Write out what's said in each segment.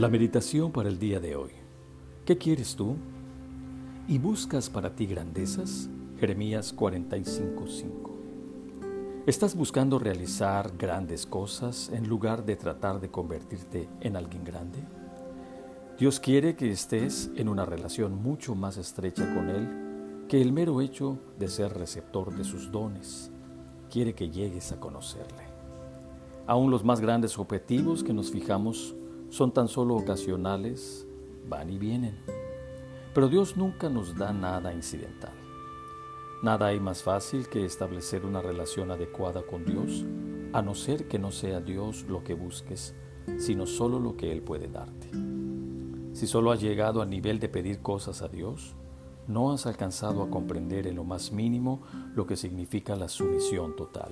La meditación para el día de hoy. ¿Qué quieres tú? ¿Y buscas para ti grandezas? Jeremías 45:5. ¿Estás buscando realizar grandes cosas en lugar de tratar de convertirte en alguien grande? Dios quiere que estés en una relación mucho más estrecha con Él que el mero hecho de ser receptor de sus dones. Quiere que llegues a conocerle. Aún los más grandes objetivos que nos fijamos son tan solo ocasionales, van y vienen. Pero Dios nunca nos da nada incidental. Nada hay más fácil que establecer una relación adecuada con Dios, a no ser que no sea Dios lo que busques, sino solo lo que Él puede darte. Si solo has llegado al nivel de pedir cosas a Dios, no has alcanzado a comprender en lo más mínimo lo que significa la sumisión total.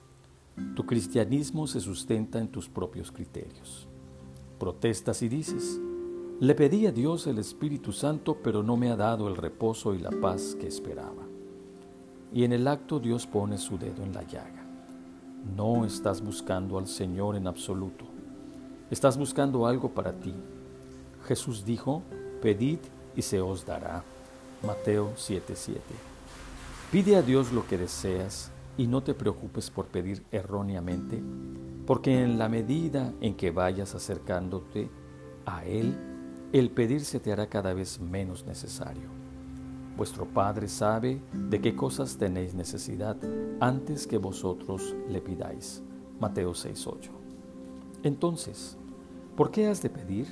Tu cristianismo se sustenta en tus propios criterios. Protestas y dices: le pedí a Dios el Espíritu Santo, pero no me ha dado el reposo y la paz que esperaba. Y en el acto Dios pone su dedo en la llaga. No estás buscando al Señor en absoluto. Estás buscando algo para ti. Jesús dijo: pedid y se os dará. Mateo 7:7. Pide a Dios lo que deseas y no te preocupes por pedir erróneamente, porque en la medida en que vayas acercándote a Él, el pedir se te hará cada vez menos necesario. Vuestro Padre sabe de qué cosas tenéis necesidad antes que vosotros le pidáis. Mateo 6:8. Entonces, ¿por qué has de pedir?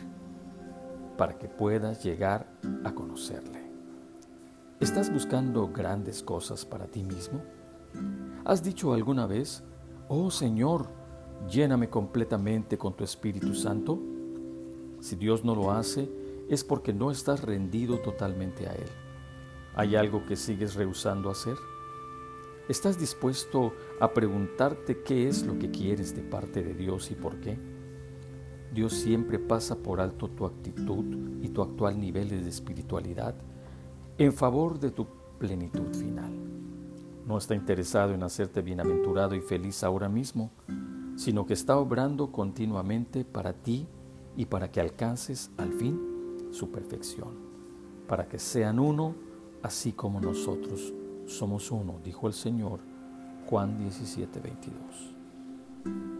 Para que puedas llegar a conocerle. ¿Estás buscando grandes cosas para ti mismo? ¿Has dicho alguna vez: oh Señor, lléname completamente con tu Espíritu Santo? Si Dios no lo hace, es porque no estás rendido totalmente a Él. ¿Hay algo que sigues rehusando hacer? ¿Estás dispuesto a preguntarte qué es lo que quieres de parte de Dios y por qué? Dios siempre pasa por alto tu actitud y tu actual nivel de espiritualidad en favor de tu plenitud final. No está interesado en hacerte bienaventurado y feliz ahora mismo, sino que está obrando continuamente para ti y para que alcances al fin su perfección, para que sean uno, así como nosotros somos uno, dijo el Señor, Juan 17:22.